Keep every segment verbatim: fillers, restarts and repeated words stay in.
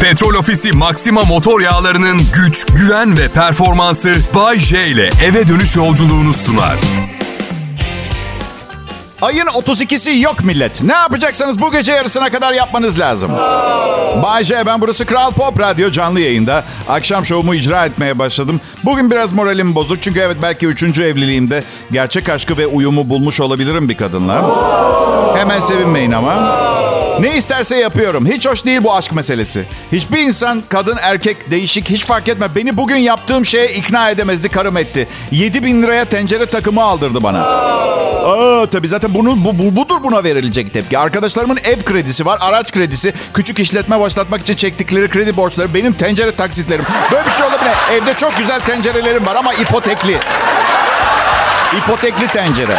Petrol Ofisi Maxima motor yağlarının güç, güven ve performansı Bay J ile eve dönüş yolculuğunu sunar. Ayın otuz ikisi yok millet. Ne yapacaksanız bu gece yarısına kadar yapmanız lazım. Bay J, ben burası Kral Pop Radyo canlı yayında. Akşam şovumu icra etmeye başladım. Bugün biraz moralim bozuk çünkü evet belki üçüncü evliliğimde gerçek aşkı ve uyumu bulmuş olabilirim bir kadınla. Hemen sevinmeyin ama. Ne isterse yapıyorum. Hiç hoş değil bu aşk meselesi. Hiçbir insan, kadın, erkek, değişik hiç fark etme. Beni bugün yaptığım şeye ikna edemezdi, karım etti. yedi bin liraya tencere takımı aldırdı bana. Aa, tabii zaten bunu, bu, bu, budur buna verilecek tepki. Arkadaşlarımın ev kredisi var, araç kredisi, küçük işletme başlatmak için çektikleri kredi borçları, benim tencere taksitlerim. Böyle bir şey olabilir. Evde çok güzel tencerelerim var ama ipotekli. İpotekli tencere.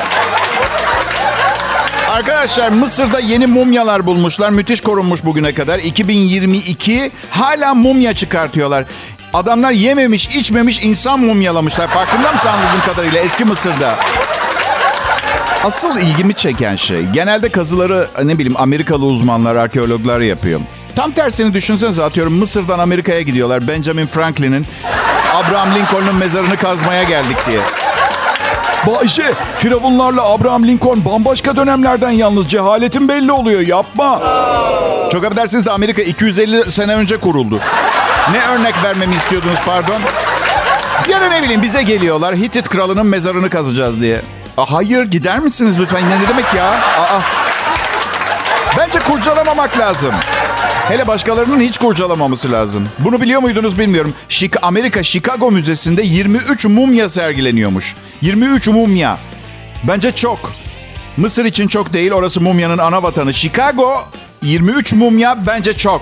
Arkadaşlar Mısır'da yeni mumyalar bulmuşlar. Müthiş korunmuş bugüne kadar. iki bin yirmi iki hala mumya çıkartıyorlar. Adamlar yememiş, içmemiş insan mumyalamışlar. Farkında mısın anladığım kadarıyla eski Mısır'da? Asıl ilgimi çeken şey, genelde kazıları ne bileyim Amerikalı uzmanlar, arkeologlar yapıyor. Tam tersini düşünsenize, atıyorum Mısır'dan Amerika'ya gidiyorlar. Benjamin Franklin'in, Abraham Lincoln'un mezarını kazmaya geldik diye. Bayşe, Firavunlarla Abraham Lincoln bambaşka dönemlerden, yalnız cehaletin belli oluyor, yapma. Çok affedersiniz de Amerika iki yüz elli sene önce kuruldu. Ne örnek vermemi istiyordunuz pardon? Ya da ne bileyim bize geliyorlar, Hitit kralının mezarını kazacağız diye. Aa, hayır, gider misiniz lütfen? Ne, ne demek ya? Aa. Bence kurcalamamak lazım. Hele başkalarının hiç kurcalamaması lazım. Bunu biliyor muydunuz bilmiyorum. Şik- Amerika Chicago Müzesi'nde yirmi üç mumya sergileniyormuş. yirmi üç mumya. Bence çok. Mısır için çok değil. Orası mumyanın ana vatanı. Chicago yirmi üç mumya bence çok.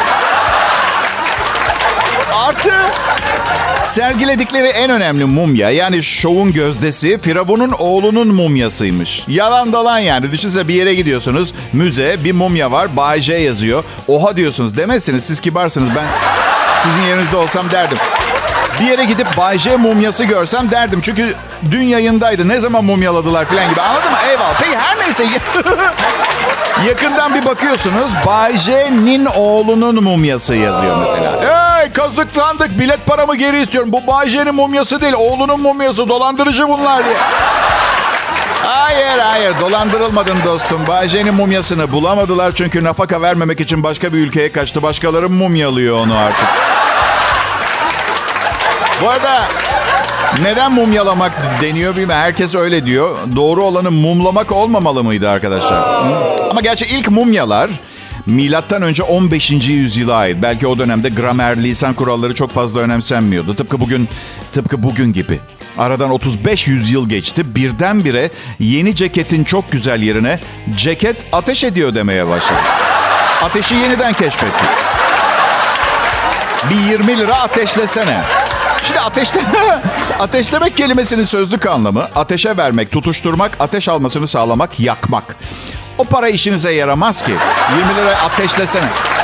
Artı sergiledikleri en önemli mumya, yani şovun gözdesi, Firavun'un oğlunun mumyasıymış. Yalan dolan yani. Düşünsene bir yere gidiyorsunuz, müze, bir mumya var, Bay J yazıyor. Oha diyorsunuz, demezsiniz, siz kibarsınız. Ben sizin yerinizde olsam derdim. Bir yere gidip Bay J mumyası görsem derdim. Çünkü dün yayındaydı, ne zaman mumyaladılar falan gibi, anladın mı? Eyvallah. Peki her neyse. Yakından bir bakıyorsunuz, Bay J'nin oğlunun mumyası yazıyor mesela. Hey, kazıklandık, bilet paramı geri istiyorum. Bu Bay J'nin mumyası değil, oğlunun mumyası, dolandırıcı bunlar diye. Hayır hayır, dolandırılmadın dostum. Bay J'nin mumyasını bulamadılar çünkü nafaka vermemek için başka bir ülkeye kaçtı. Başkaları mumyalıyor onu artık. Bu arada neden mumyalamak deniyor bilmiyorum. Herkes öyle diyor. Doğru olanı mumlamak olmamalı mıydı arkadaşlar? Hı? Ama gerçi ilk mumyalar milattan önce on beşinci yüzyıla ait. Belki o dönemde gramer, lisan kuralları çok fazla önemsenmiyordu. Tıpkı bugün, tıpkı bugün gibi. Aradan otuz beş yüzyıl geçti. Birdenbire yeni ceketin çok güzel yerine ceket ateş ediyor demeye başladı. Ateşi yeniden keşfetti. Bir yirmi lira ateşlesene. Şimdi ateşle... ateşlemek kelimesinin sözlük anlamı ateşe vermek, tutuşturmak, ateş almasını sağlamak, yakmak. O para işinize yaramaz ki. yirmi lira ateşlesene.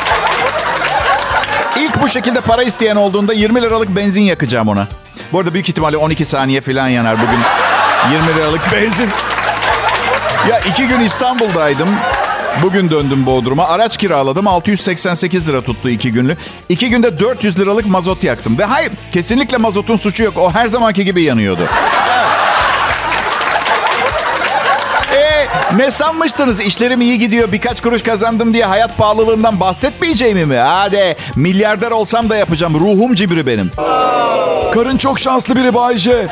İlk bu şekilde para isteyen olduğunda yirmi liralık benzin yakacağım ona. Bu arada büyük ihtimalle on iki saniye falan yanar bugün. yirmi liralık benzin. Ya iki gün İstanbul'daydım. Bugün döndüm Bodrum'a. Araç kiraladım. altı yüz seksen sekiz lira tuttu iki günlük. İki günde dört yüz liralık mazot yaktım. Ve hayır, kesinlikle mazotun suçu yok. O her zamanki gibi yanıyordu. Evet. E, ne sanmıştınız? İşlerim iyi gidiyor, birkaç kuruş kazandım diye hayat pahalılığından bahsetmeyeceğimi mi? Hadi, milyarder olsam da yapacağım. Ruhum cibri benim. Karın çok şanslı biri Bay J.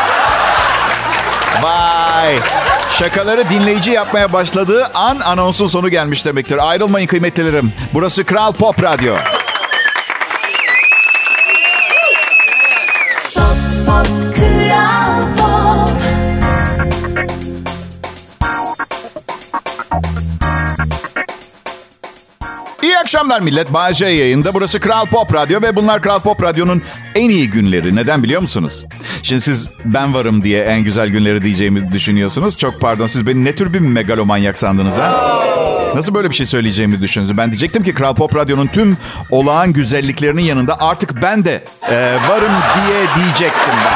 Vay. Şakaları dinleyici yapmaya başladığı an anonsun sonu gelmiş demektir. Ayrılmayın kıymetlilerim. Burası Kral Pop Radyo. Pop, pop, Kral Pop. İyi akşamlar millet. Bay J yayında. Burası Kral Pop Radyo ve bunlar Kral Pop Radyo'nun en iyi günleri. Neden biliyor musunuz? Şimdi siz ben varım diye en güzel günleri diyeceğimi düşünüyorsunuz. Çok pardon, siz beni ne tür bir megalomanyak sandınız ha? Nasıl böyle bir şey söyleyeceğimi düşündünüz? Ben diyecektim ki Kral Pop Radyo'nun tüm olağan güzelliklerinin yanında artık ben de e, varım diye diyecektim ben.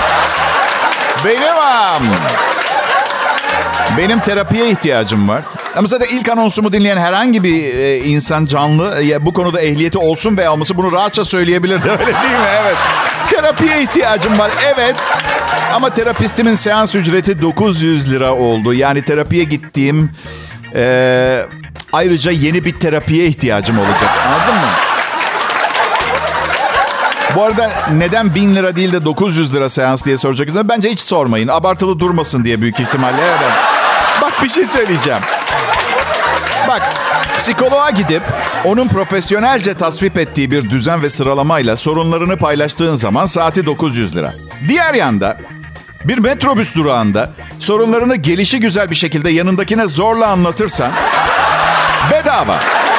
Benim am. Benim terapiye ihtiyacım var. Ama zaten ilk anonsumu dinleyen herhangi bir e, insan canlı e, bu konuda ehliyeti olsun veya olması bunu rahatça söyleyebilirdi. Öyle değil mi? Evet. Terapiye ihtiyacım var. Evet. Ama terapistimin seans ücreti dokuz yüz lira oldu. Yani terapiye gittiğim... E, ayrıca yeni bir terapiye ihtiyacım olacak. Anladın mı? Bu arada neden bin lira değil de dokuz yüz lira seans diye soracaksınız. Bence hiç sormayın. Abartılı durmasın diye büyük ihtimalle. Evet. Bak bir şey söyleyeceğim. Bak, psikoloğa gidip onun profesyonelce tasvip ettiği bir düzen ve sıralamayla sorunlarını paylaştığın zaman saati dokuz yüz lira. Diğer yanda bir metrobüs durağında sorunlarını gelişigüzel bir şekilde yanındakine zorla anlatırsan bedava.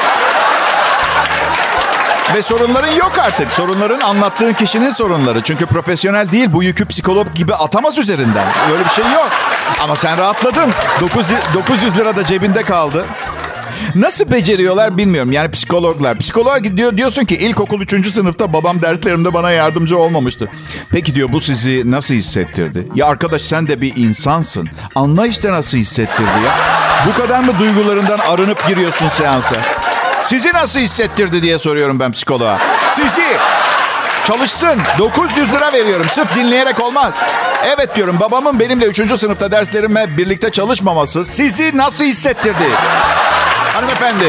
Ve sorunların yok artık. Sorunların anlattığın kişinin sorunları. Çünkü profesyonel değil, bu yükü psikolog gibi atamaz üzerinden. Öyle bir şey yok. Ama sen rahatladın. dokuz yüz lira da cebinde kaldı. Nasıl beceriyorlar bilmiyorum. Yani psikologlar. Psikoloğa gidiyor, diyorsun ki ilkokul üçüncü sınıfta babam derslerimde bana yardımcı olmamıştı. Peki diyor, bu sizi nasıl hissettirdi? Ya arkadaş, sen de bir insansın. Anla işte nasıl hissettirdi ya. Bu kadar mı duygularından arınıp giriyorsun seansa? Sizi nasıl hissettirdi diye soruyorum ben psikoloğa. Sizi. Çalışsın. dokuz yüz lira veriyorum. Sırf dinleyerek olmaz. Evet diyorum, babamın benimle üçüncü sınıfta derslerime birlikte çalışmaması sizi nasıl hissettirdi? Hanımefendi.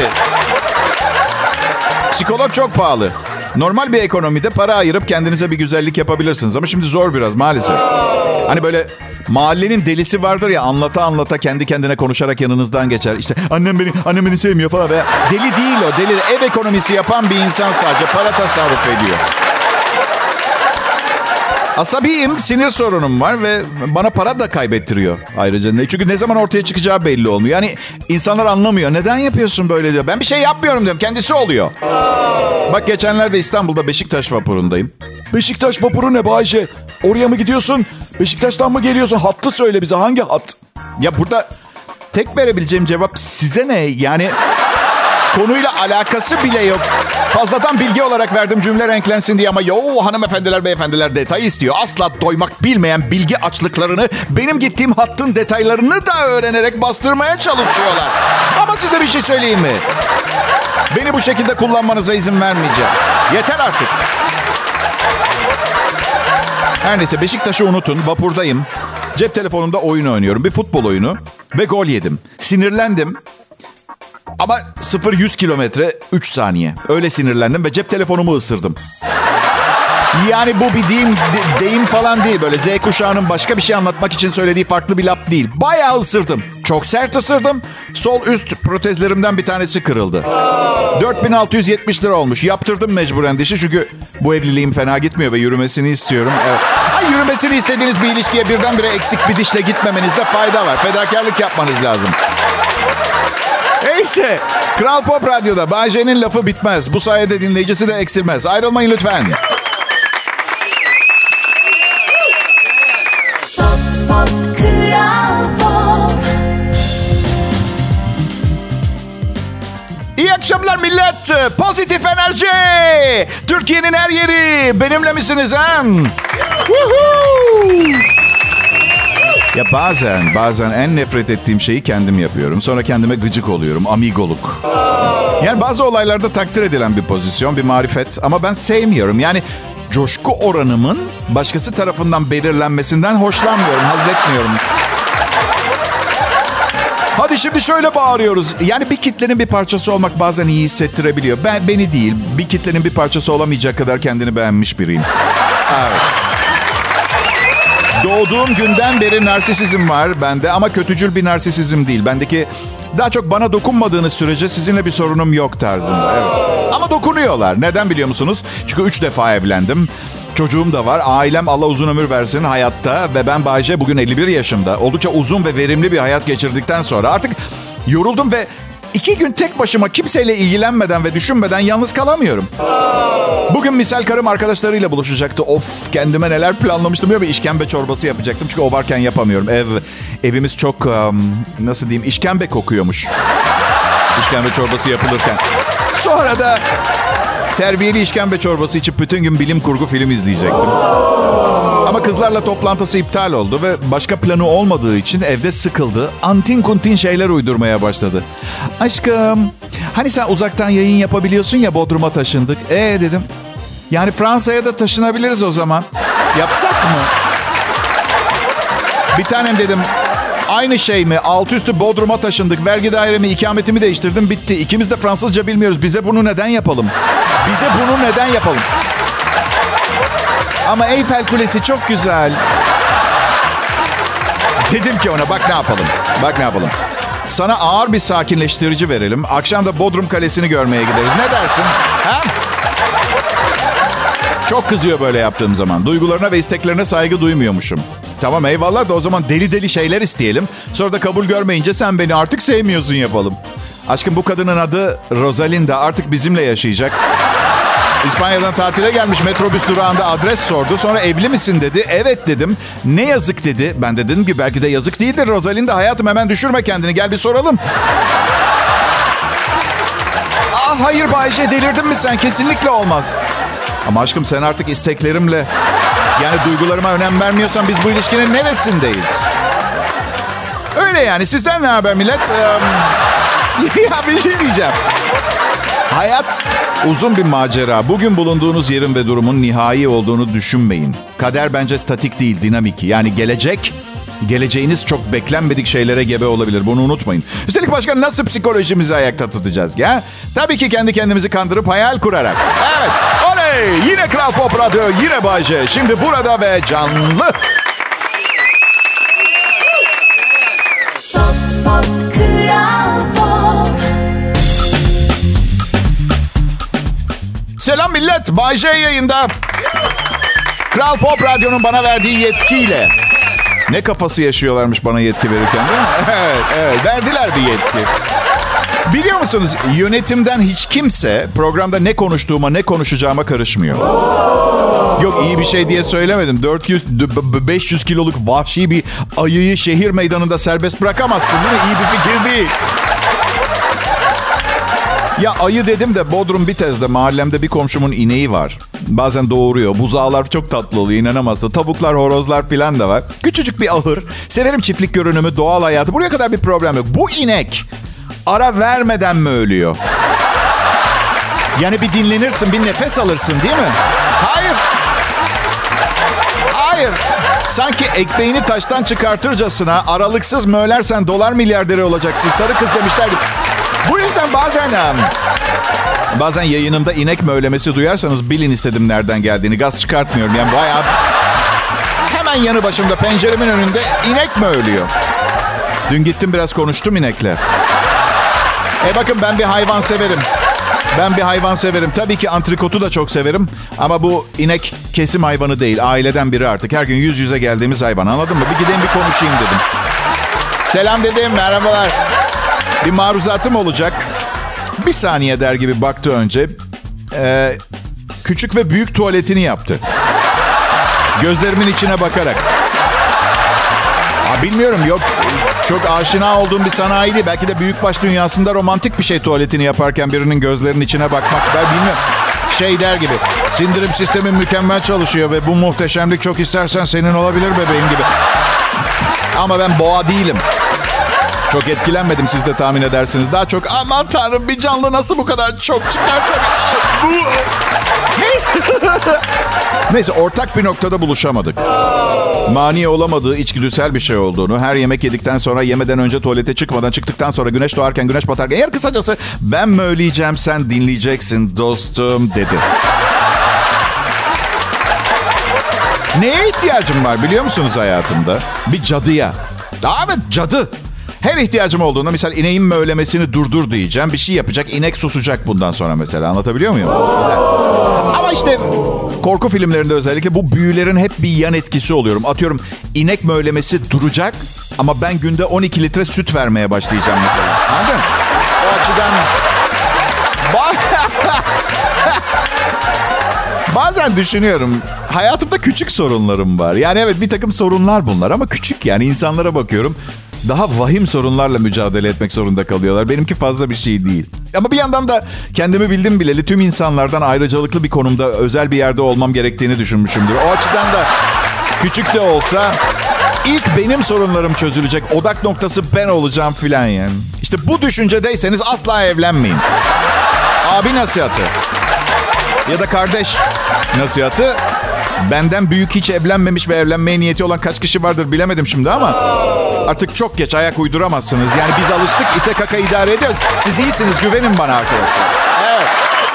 Psikolog çok pahalı. Normal bir ekonomide para ayırıp kendinize bir güzellik yapabilirsiniz. Ama şimdi zor biraz maalesef. Hani böyle mahallenin delisi vardır ya, anlata anlata kendi kendine konuşarak yanınızdan geçer. İşte annem beni, annem beni sevmiyor falan. Veya deli değil o, deli. Ev ekonomisi yapan bir insan sadece para tasarruf ediyor. Asabiyim, sinir sorunum var ve bana para da kaybettiriyor ayrıca. Çünkü ne zaman ortaya çıkacağı belli olmuyor. Yani insanlar anlamıyor. Neden yapıyorsun böyle diyor. Ben bir şey yapmıyorum diyorum. Kendisi oluyor. Bak geçenlerde İstanbul'da Beşiktaş vapurundayım. Beşiktaş vapuru ne Bayce? Oraya mı gidiyorsun? Beşiktaş'tan mı geliyorsun? Hattı söyle bize. Hangi hat? Ya burada tek verebileceğim cevap size ne? Yani konuyla alakası bile yok. Fazladan bilgi olarak verdim cümle renklensin diye ama yo hanımefendiler beyefendiler detay istiyor. Asla doymak bilmeyen bilgi açlıklarını benim gittiğim hattın detaylarını da öğrenerek bastırmaya çalışıyorlar. Ama size bir şey söyleyeyim mi? Beni bu şekilde kullanmanıza izin vermeyeceğim. Yeter artık. Her neyse, Beşiktaş'ı unutun. Vapurdayım. Cep telefonumda oyun oynuyorum. Bir futbol oyunu. Ve gol yedim. Sinirlendim. Ama sıfır yüz kilometre üç saniye. Öyle sinirlendim ve cep telefonumu ısırdım. Yani bu bir deyim, de, deyim falan değil. Böyle Z kuşağının başka bir şey anlatmak için söylediği farklı bir laf değil. Bayağı ısırdım. Çok sert ısırdım. Sol üst protezlerimden bir tanesi kırıldı. dört bin altı yüz yetmiş lira olmuş. Yaptırdım mecburen dişi çünkü bu evliliğim fena gitmiyor ve yürümesini istiyorum. Evet. Ay, yürümesini istediğiniz bir ilişkiye birdenbire eksik bir dişle gitmemenizde fayda var. Fedakarlık yapmanız lazım. Neyse. Kral Pop Radyo'da Bay J'nin lafı bitmez. Bu sayede dinleyicisi de eksilmez. Ayrılmayın lütfen. Pop, pop, Kral Pop. İyi akşamlar millet. Pozitif enerji. Türkiye'nin her yeri. Benimle misiniz ha? Ya bazen, bazen en nefret ettiğim şeyi kendim yapıyorum. Sonra kendime gıcık oluyorum. Amigoluk. Yani bazı olaylarda takdir edilen bir pozisyon, bir marifet. Ama ben sevmiyorum. Yani coşku oranımın başkası tarafından belirlenmesinden hoşlanmıyorum, haz etmiyorum. Hadi şimdi şöyle bağırıyoruz. Yani bir kitlenin bir parçası olmak bazen iyi hissettirebiliyor. Ben, beni değil, bir kitlenin bir parçası olamayacak kadar kendini beğenmiş biriyim. Evet. Doğduğum günden beri narsisizm var bende ama kötücül bir narsisizm değil. Bendeki daha çok bana dokunmadığınız sürece sizinle bir sorunum yok tarzında. Evet. Ama dokunuyorlar. Neden biliyor musunuz? Çünkü üç defa evlendim. Çocuğum da var. Ailem Allah uzun ömür versin hayatta. Ve ben Bay J bugün elli bir yaşımda. Oldukça uzun ve verimli bir hayat geçirdikten sonra artık yoruldum ve iki gün tek başıma kimseyle ilgilenmeden ve düşünmeden yalnız kalamıyorum. Bugün misal karım arkadaşlarıyla buluşacaktı. Of, kendime neler planlamıştım ya, bir işkembe çorbası yapacaktım. Çünkü o varken yapamıyorum. Ev, evimiz çok um, nasıl diyeyim, işkembe kokuyormuş. İşkembe çorbası yapılırken. Sonra da terbiyeli işkembe çorbası içip bütün gün bilim kurgu film izleyecektim. Ama kızlarla toplantısı iptal oldu ve başka planı olmadığı için evde sıkıldı. Antin kuntin şeyler uydurmaya başladı. Aşkım, hani sen uzaktan yayın yapabiliyorsun ya, Bodrum'a taşındık. Ee dedim. Yani Fransa'ya da taşınabiliriz o zaman. Yapsak mı? Bir tanem dedim. Aynı şey mi? Alt üstü Bodrum'a taşındık. Vergi dairemi, ikametimi değiştirdim. Bitti. İkimiz de Fransızca bilmiyoruz. Bize bunu neden yapalım? Bize bunu neden yapalım? Ama Eyfel Kulesi çok güzel. Dedim ki ona, bak ne yapalım. Bak ne yapalım. Sana ağır bir sakinleştirici verelim. Akşam da Bodrum Kalesi'ni görmeye gideriz. Ne dersin? Ha? Çok kızıyor böyle yaptığım zaman. Duygularına ve isteklerine saygı duymuyormuşum. Tamam eyvallah da o zaman deli deli şeyler isteyelim. Sonra da kabul görmeyince sen beni artık sevmiyorsun yapalım. Aşkım, bu kadının adı Rosalinda, artık bizimle yaşayacak. İspanya'dan tatile gelmiş, metrobüs durağında adres sordu. Sonra evli misin dedi. Evet dedim. Ne yazık dedi. Ben de dedim ki belki de yazık değildir Rosalinda. Hayatım, hemen düşürme kendini, gel bir soralım. Ah hayır Bayce, delirdin mi sen? Kesinlikle olmaz. Ama aşkım, sen artık isteklerimle, yani duygularıma önem vermiyorsan biz bu ilişkinin neresindeyiz? Öyle yani. Sizden ne haber millet? Ee, ya bir şey diyeceğim. Hayat uzun bir macera. Bugün bulunduğunuz yerin ve durumun nihai olduğunu düşünmeyin. Kader bence statik değil, dinamik. Yani gelecek, geleceğiniz çok beklenmedik şeylere gebe olabilir. Bunu unutmayın. Üstelik başka nasıl psikolojimizi ayakta tutacağız ya? Tabii ki kendi kendimizi kandırıp hayal kurarak. Evet, oley! Yine Kral Pop Radyo, yine Bay J. Şimdi burada ve canlı. Pop, pop, Kral Pop. Selam millet, Bay J yayında. Kral Pop Radyo'nun bana verdiği yetkiyle. Ne kafası yaşıyorlarmış bana yetki verirken, değil mi? Evet, evet. Verdiler bir yetki. Biliyor musunuz, yönetimden hiç kimse programda ne konuştuğuma, ne konuşacağıma karışmıyor. Yok, iyi bir şey diye söylemedim. dört yüz beş yüz kiloluk vahşi bir ayıyı şehir meydanında serbest bırakamazsın, değil mi? İyi bir fikir değil. Ya ayı dedim de Bodrum Bitez'de mahallemde bir komşumun ineği var. Bazen doğuruyor. Buzağlar çok tatlı oluyor, inanamazsın. Tavuklar, horozlar falan da var. Küçücük bir ahır. Severim çiftlik görünümü, doğal hayatı. Buraya kadar bir problem yok. Bu inek ara vermeden mi ölüyor? Yani bir dinlenirsin, bir nefes alırsın değil mi? Hayır. Hayır. Sanki ekmeğini taştan çıkartırcasına aralıksız mölersen dolar milyarderi olacaksın. Sarı kız demişler. Bu yüzden bazen... Bazen yayınımda inek mövlemesi duyarsanız bilin istedim nereden geldiğini. Gaz çıkartmıyorum yani, bayağı... Hemen yanı başımda, penceremin önünde inek mövlüyor. Dün gittim, biraz konuştum inekle. E bakın, ben bir hayvan severim. Ben bir hayvan severim. Tabii ki antrikotu da çok severim. Ama bu inek kesim hayvanı değil. Aileden biri artık. Her gün yüz yüze geldiğimiz hayvan. Anladın mı? Bir gideyim, bir konuşayım dedim. Selam dedim, merhabalar. Bir maruzatım olacak. Bir saniye der gibi baktı önce. Ee, küçük ve büyük tuvaletini yaptı. Gözlerimin içine bakarak. Ha, bilmiyorum, yok. Çok aşina olduğum bir sanayi değil. Belki de büyükbaş dünyasında romantik bir şey tuvaletini yaparken birinin gözlerinin içine bakmak. Ben bilmiyorum. Şey der gibi. Sindirim sistemin mükemmel çalışıyor ve bu muhteşemlik çok istersen senin olabilir bebeğim gibi. Ama ben boğa değilim. Çok etkilenmedim, siz de tahmin edersiniz. Daha çok aman tanrım, bir canlı nasıl bu kadar çok çıkartabilir? Neyse, ortak bir noktada buluşamadık. Mani olamadığı içgüdüsel bir şey olduğunu, her yemek yedikten sonra, yemeden önce, tuvalete çıkmadan, çıktıktan sonra, güneş doğarken, güneş batarken, yer kısacası ben möyleyeceğim, sen dinleyeceksin dostum dedi. Neye ihtiyacım var biliyor musunuz hayatımda? Bir cadıya. Evet, cadı. Her ihtiyacım olduğunda, mesela ineğin mövlemesini durdur diyeceğim. Bir şey yapacak, inek susacak bundan sonra mesela. Anlatabiliyor muyum? Güzel. Ama işte korku filmlerinde özellikle bu büyülerin hep bir yan etkisi oluyorum. Atıyorum, inek mövlemesi duracak ama ben günde on iki litre süt vermeye başlayacağım mesela. Anladın? O açıdan... Bazen düşünüyorum, hayatımda küçük sorunlarım var. Yani evet, bir takım sorunlar bunlar ama küçük, yani insanlara bakıyorum. Daha vahim sorunlarla mücadele etmek zorunda kalıyorlar. Benimki fazla bir şey değil. Ama bir yandan da kendimi bildim bileli tüm insanlardan ayrıcalıklı bir konumda, özel bir yerde olmam gerektiğini düşünmüşümdür. O açıdan da Küçük de olsa ilk benim sorunlarım çözülecek. Odak noktası ben olacağım filan yani. İşte bu düşüncedeyseniz asla evlenmeyin. Abi nasihatı. Ya da kardeş nasihatı. Benden büyük hiç evlenmemiş ve evlenmeye niyeti olan kaç kişi vardır bilemedim şimdi ama artık çok geç, ayak uyduramazsınız. Yani biz alıştık, ite kaka idare ediyoruz. Siz iyisiniz, güvenin bana arkadaşlar. Evet.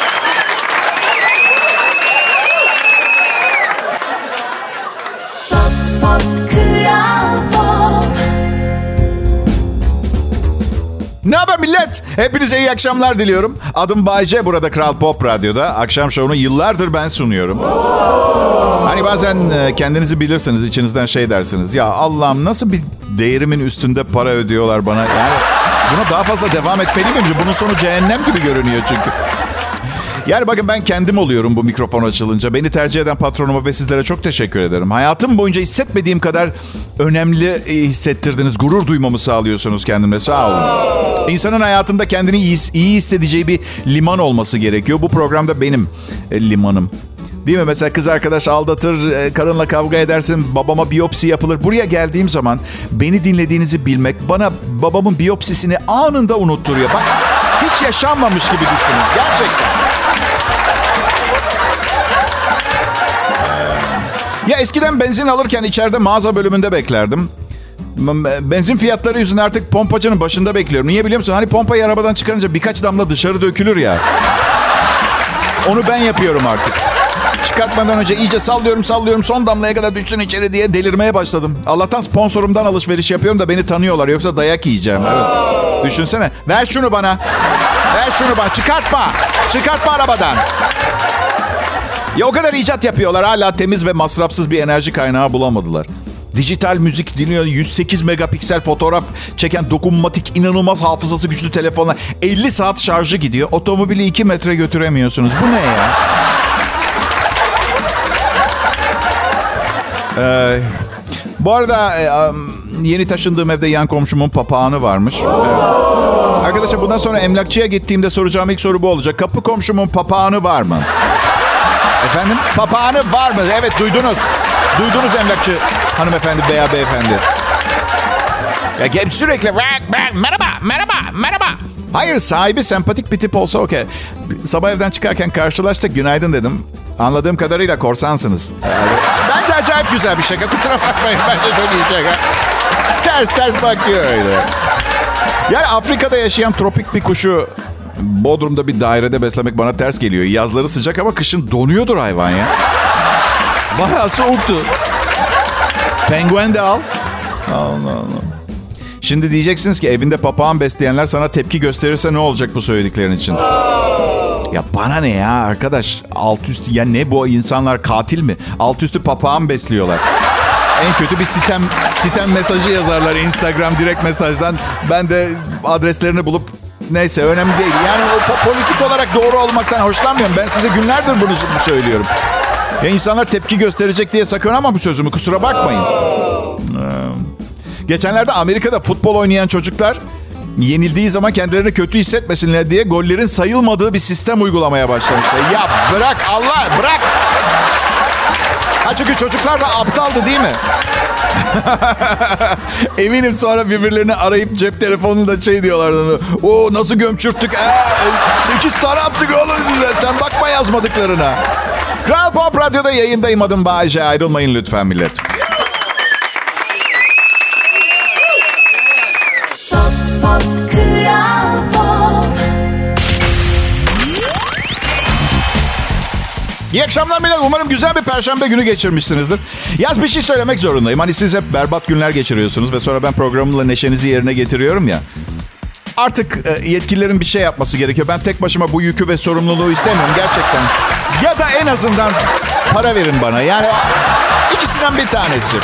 Pop, pop, Kral Pop. Ne haber millet? Hepinize iyi akşamlar diliyorum. Adım Bay J, burada Kral Pop Radyo'da. Akşam şovunu yıllardır ben sunuyorum. Hani bazen kendinizi bilirsiniz, içinizden şey dersiniz. Ya Allah'ım, nasıl bir değerimin üstünde para ödüyorlar bana. Yani buna daha fazla devam etmeli miyim? Bunun sonu cehennem gibi görünüyor çünkü. Yani bakın, ben kendim oluyorum bu mikrofon açılınca. Beni tercih eden patronuma ve sizlere çok teşekkür ederim. Hayatım boyunca hissetmediğim kadar önemli hissettirdiniz. Gurur duymamı sağlıyorsunuz kendime. Sağ olun. İnsanın hayatında kendini iyi, iyi hissedeceği bir liman olması gerekiyor. Bu programda benim e, limanım. Değil mi? Mesela kız arkadaş aldatır, e, karınla kavga edersin, babama biyopsi yapılır. Buraya geldiğim zaman beni dinlediğinizi bilmek bana babamın biyopsisini anında unutturuyor. Bak, hiç yaşanmamış gibi düşünün. Gerçekten. Ya eskiden benzin alırken içeride mağaza bölümünde beklerdim. Benzin fiyatları yüzünden artık pompacının başında bekliyorum. Niye biliyor musun? Hani pompayı arabadan çıkarınca birkaç damla dışarı dökülür ya. Onu ben yapıyorum artık. Çıkartmadan önce iyice sallıyorum sallıyorum, son damlaya kadar düşsün içeri diye delirmeye başladım. Allah'tan sponsorumdan alışveriş yapıyorum da beni tanıyorlar. Yoksa dayak yiyeceğim. Evet. Düşünsene. Ver şunu bana. Ver şunu bana. Çıkartma. Çıkartma arabadan. Ya o kadar icat yapıyorlar. Hala temiz ve masrafsız bir enerji kaynağı bulamadılar. Dijital müzik dinliyor, yüz sekiz megapiksel fotoğraf çeken dokunmatik, inanılmaz hafızası güçlü telefonla elli saat şarjı gidiyor. Otomobili iki metre götüremiyorsunuz. Bu ne ya? Ee, bu arada e, yeni taşındığım evde yan komşumun papağanı varmış. Evet. Arkadaşlar, bundan sonra emlakçıya gittiğimde soracağım ilk soru bu olacak. Kapı komşumun papağanı var mı? Efendim? Papağanı var mı? Evet, duydunuz. Duydunuz emlakçı hanımefendi veya beyefendi. Ya hep sürekli merhaba, merhaba, merhaba. Hayır, sahibi sempatik bir tip olsa okey. Sabah evden çıkarken karşılaştık, günaydın dedim. Anladığım kadarıyla korsansınız. Yani, bence acayip güzel bir şaka. Kusura bakmayın, bence çok iyi şaka. Ters ters bakıyor öyle. Yani Afrika'da yaşayan tropik bir kuşu Bodrum'da bir dairede beslemek bana ters geliyor. Yazları sıcak ama kışın donuyordur hayvan ya. Bayağı soğuktu. Penguen de al. Allah Allah. Şimdi diyeceksiniz ki evinde papağan besleyenler sana tepki gösterirse ne olacak bu söylediklerin için? Ya bana ne ya arkadaş? Alt üstü ya, ne bu insanlar, katil mi? Alt üstü papağan besliyorlar. En kötü bir sitem sitem mesajı yazarlar Instagram direkt mesajdan. Ben de adreslerini bulup, neyse önemli değil. Yani o politik olarak doğru olmaktan hoşlanmıyorum. Ben size günlerdir bunu söylüyorum. Ya insanlar tepki gösterecek diye sakın ama bu sözümü, kusura bakmayın. Ee, geçenlerde Amerika'da futbol oynayan çocuklar yenildiği zaman kendilerini kötü hissetmesinler diye gollerin sayılmadığı bir sistem uygulamaya başlamışlar. Ya bırak Allah, bırak. Ha, çünkü çocuklar da aptaldı değil mi? Eminim sonra birbirlerini arayıp cep telefonunda şey diyorlardı. O nasıl gömçürttük? Ee, sekiz tane attık oğlum size. Sen bakma yazmadıklarına. Kral Pop Radyo'da yayındayım, adım Bay J. Ayrılmayın lütfen millet. Pop, pop, Kral Pop. İyi akşamlar millet. Umarım güzel bir perşembe günü geçirmişsinizdir. Yaz bir şey söylemek zorundayım. Hani siz hep berbat günler geçiriyorsunuz ve sonra ben programımla neşenizi yerine getiriyorum ya. Artık e, yetkililerin bir şey yapması gerekiyor. Ben tek başıma bu yükü ve sorumluluğu istemiyorum gerçekten. Ya da en azından para verin bana. Yani ikisinden bir tanesi.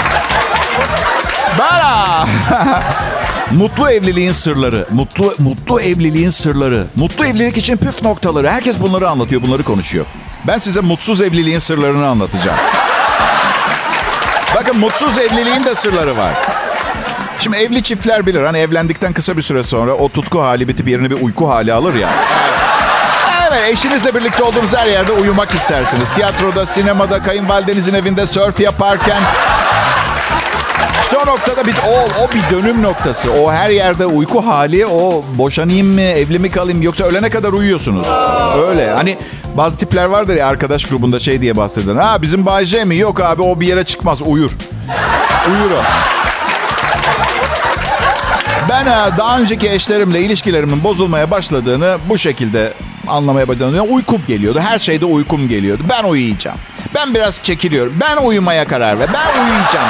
Bana. Mutlu evliliğin sırları. Mutlu mutlu evliliğin sırları. Mutlu evlilik için püf noktaları. Herkes bunları anlatıyor, bunları konuşuyor. Ben size mutsuz evliliğin sırlarını anlatacağım. Bakın, mutsuz evliliğin de sırları var. Şimdi evli çiftler bilir. Hani evlendikten kısa bir süre sonra o tutku hali bitip yerine bir uyku hali alır ya. Evet, eşinizle birlikte olduğunuz her yerde uyumak istersiniz. Tiyatroda, sinemada, kayınvalidenizin evinde sörf yaparken, İşte o noktada bir, o, o bir dönüm noktası. O her yerde uyku hali. O boşanayım mı, evli mi kalayım yoksa ölene kadar uyuyorsunuz. Öyle. Hani bazı tipler vardır ya arkadaş grubunda şey diye bahseder. Ha bizim Bay J mi? Yok abi o bir yere çıkmaz. Uyur. Uyur o. Ben daha önceki eşlerimle ilişkilerimin bozulmaya başladığını bu şekilde anlamaya başladım. Uykum geliyordu. Her şeyde uykum geliyordu. Ben uyuyacağım. Ben biraz çekiliyorum. Ben uyumaya karar ver. Ben uyuyacağım.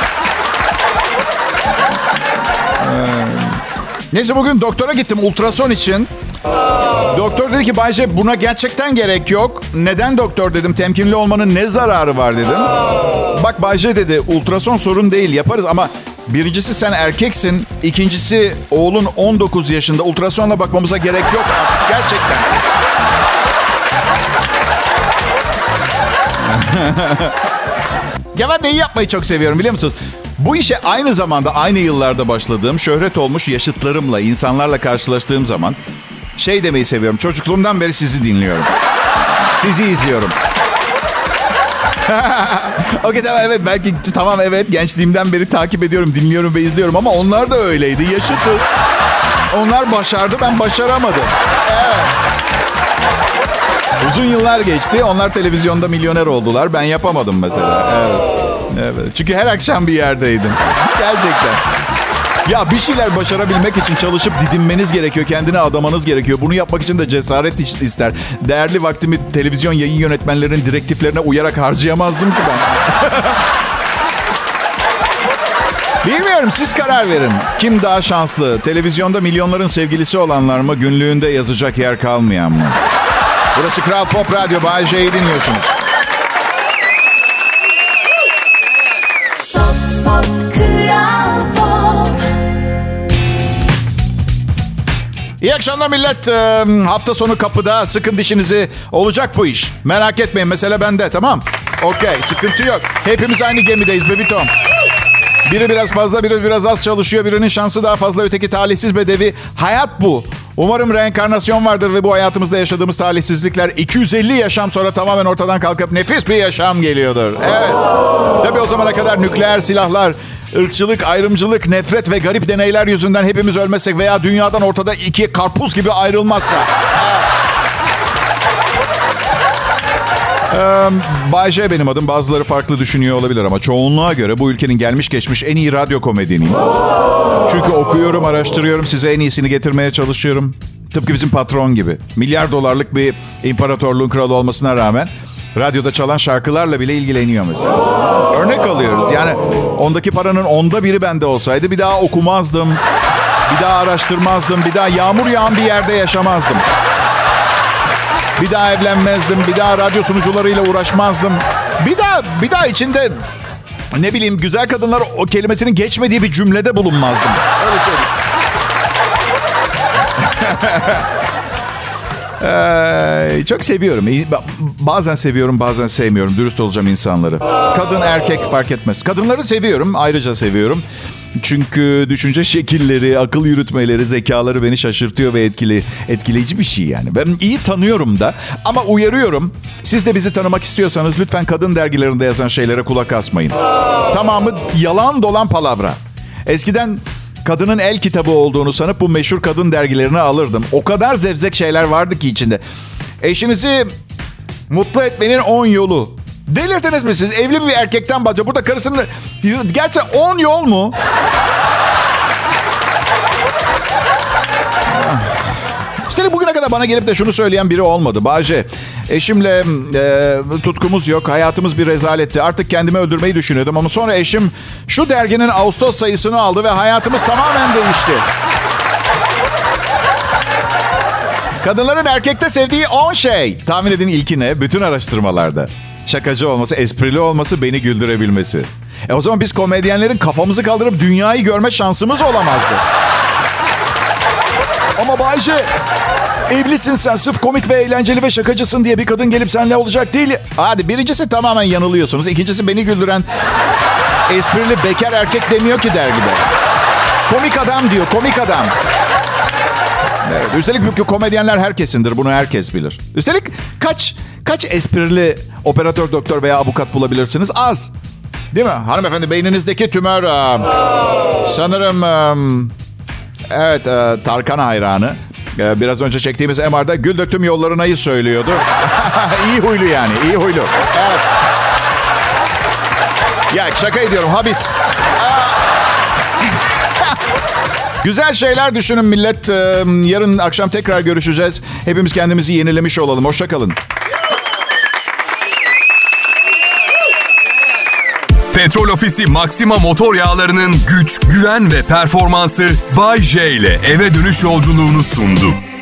Ee, neyse bugün doktora gittim ultrason için. Doktor dedi ki Bay J buna gerçekten gerek yok. Neden doktor dedim. Temkinli olmanın ne zararı var dedim. Bak Bay J dedi ultrason sorun değil yaparız ama birincisi sen erkeksin. İkincisi oğlun on dokuz yaşında. Ultrasonla bakmamıza gerek yok artık. Gerçekten. Ya ben neyi yapmayı çok seviyorum biliyor musunuz? Bu işe aynı zamanda aynı yıllarda başladığım şöhret olmuş yaşıtlarımla, insanlarla karşılaştığım zaman şey demeyi seviyorum. Çocukluğumdan beri sizi dinliyorum. Sizi izliyorum. Okey tamam evet belki tamam evet gençliğimden beri takip ediyorum, dinliyorum ve izliyorum ama onlar da öyleydi. Yaşıtız. Onlar başardı, ben başaramadım. Evet. Uzun yıllar geçti. Onlar televizyonda milyoner oldular. Ben yapamadım mesela. Evet. Evet. Çünkü her akşam bir yerdeydim. Gerçekten. Ya bir şeyler başarabilmek için çalışıp didinmeniz gerekiyor. Kendine adamanız gerekiyor. Bunu yapmak için de cesaret ister. Değerli vaktimi televizyon yayın yönetmenlerinin direktiflerine uyarak harcayamazdım ki ben. Bilmiyorum siz karar verin. Kim daha şanslı? Televizyonda milyonların sevgilisi olanlar mı? Günlüğünde yazacak yer kalmayan mı? Burası Kral Pop Radyo. Bay J'yi dinliyorsunuz. Pop, pop, Kral Pop. İyi akşamlar millet. Ee, hafta sonu kapıda. Sıkın dişinizi. Olacak bu iş. Merak etmeyin. Mesele bende. Tamam. Okey. Sıkıntı yok. Hepimiz aynı gemideyiz bebitom. Biri biraz fazla, biri biraz az çalışıyor. Birinin şansı daha fazla, öteki talihsiz bedevi. Hayat bu. Umarım reenkarnasyon vardır ve bu hayatımızda yaşadığımız talihsizlikler iki yüz elli yaşam sonra tamamen ortadan kalkıp nefis bir yaşam geliyordur. Evet. Tabii o zamana kadar nükleer silahlar, ırkçılık, ayrımcılık, nefret ve garip deneyler yüzünden hepimiz ölmezsek veya dünyadan ortada iki karpuz gibi ayrılmazsa. Evet. Ee, Bay J benim adım. Bazıları farklı düşünüyor olabilir ama çoğunluğa göre bu ülkenin gelmiş geçmiş en iyi radyo komedyeniyim. Çünkü okuyorum, araştırıyorum, size en iyisini getirmeye çalışıyorum. Tıpkı bizim patron gibi. Milyar dolarlık bir imparatorluğun kralı olmasına rağmen radyoda çalan şarkılarla bile ilgileniyor mesela. Örnek alıyoruz. Yani ondaki paranın onda biri bende olsaydı bir daha okumazdım. Bir daha araştırmazdım. Bir daha yağmur yağan bir yerde yaşamazdım. Bir daha evlenmezdim. Bir daha radyo sunucularıyla uğraşmazdım. Bir daha bir daha içinde ne bileyim güzel kadınlar o kelimesinin geçmediği bir cümlede bulunmazdım. Öyle söyleyeyim. ee, çok seviyorum. Bazen seviyorum, bazen sevmiyorum. Dürüst olacağım insanları. Kadın, erkek fark etmez. Kadınları seviyorum, ayrıca seviyorum. Çünkü düşünce şekilleri, akıl yürütmeleri, zekaları beni şaşırtıyor ve etkili, etkileyici bir şey yani. Ben iyi tanıyorum da ama uyarıyorum. Siz de bizi tanımak istiyorsanız lütfen kadın dergilerinde yazan şeylere kulak asmayın. Tamamı yalan dolan palavra. Eskiden kadının el kitabı olduğunu sanıp bu meşhur kadın dergilerini alırdım. O kadar zevzek şeyler vardı ki içinde. Eşinizi mutlu etmenin on yolu. Delirdiniz mi siz? Evli bir erkekten bahsediyor. Burada karısının... Gerçekten on yol mu? İşte bugüne kadar bana gelip de şunu söyleyen biri olmadı. Bahçe, eşimle e, tutkumuz yok. Hayatımız bir rezaletti. Artık kendimi öldürmeyi düşünüyordum. Ama sonra eşim şu derginin Ağustos sayısını aldı ve hayatımız tamamen değişti. Kadınların erkekte sevdiği on şey. Tahmin edin ilki ne? Bütün araştırmalarda. Şakacı olması, esprili olması, beni güldürebilmesi. E o zaman biz komedyenlerin kafamızı kaldırıp dünyayı görme şansımız olamazdı. Ama Bayce, evlisin sen, sırf komik ve eğlenceli ve şakacısın diye bir kadın gelip seninle olacak değil. Hadi birincisi tamamen yanılıyorsunuz. İkincisi beni güldüren esprili bekar erkek demiyor ki dergide. Komik adam diyor, komik adam. Evet, üstelik komedyenler herkesindir. Bunu herkes bilir. Üstelik kaç kaç esprili operatör, doktor veya avukat bulabilirsiniz? Az. Değil mi? Hanımefendi beyninizdeki tümör e, sanırım e, evet e, Tarkan hayranı. E, biraz önce çektiğimiz M R'da gül döktüm yollarına'yı söylüyordu. İyi huylu yani, iyi huylu. Evet. Ya şaka ediyorum, habis. Güzel şeyler düşünün millet. Yarın akşam tekrar görüşeceğiz. Hepimiz kendimizi yenilemiş olalım. Hoşça kalın. Petrol Ofisi Maxima motor yağlarının güç, güven ve performansı Bay J ile eve dönüş yolculuğunu sundu.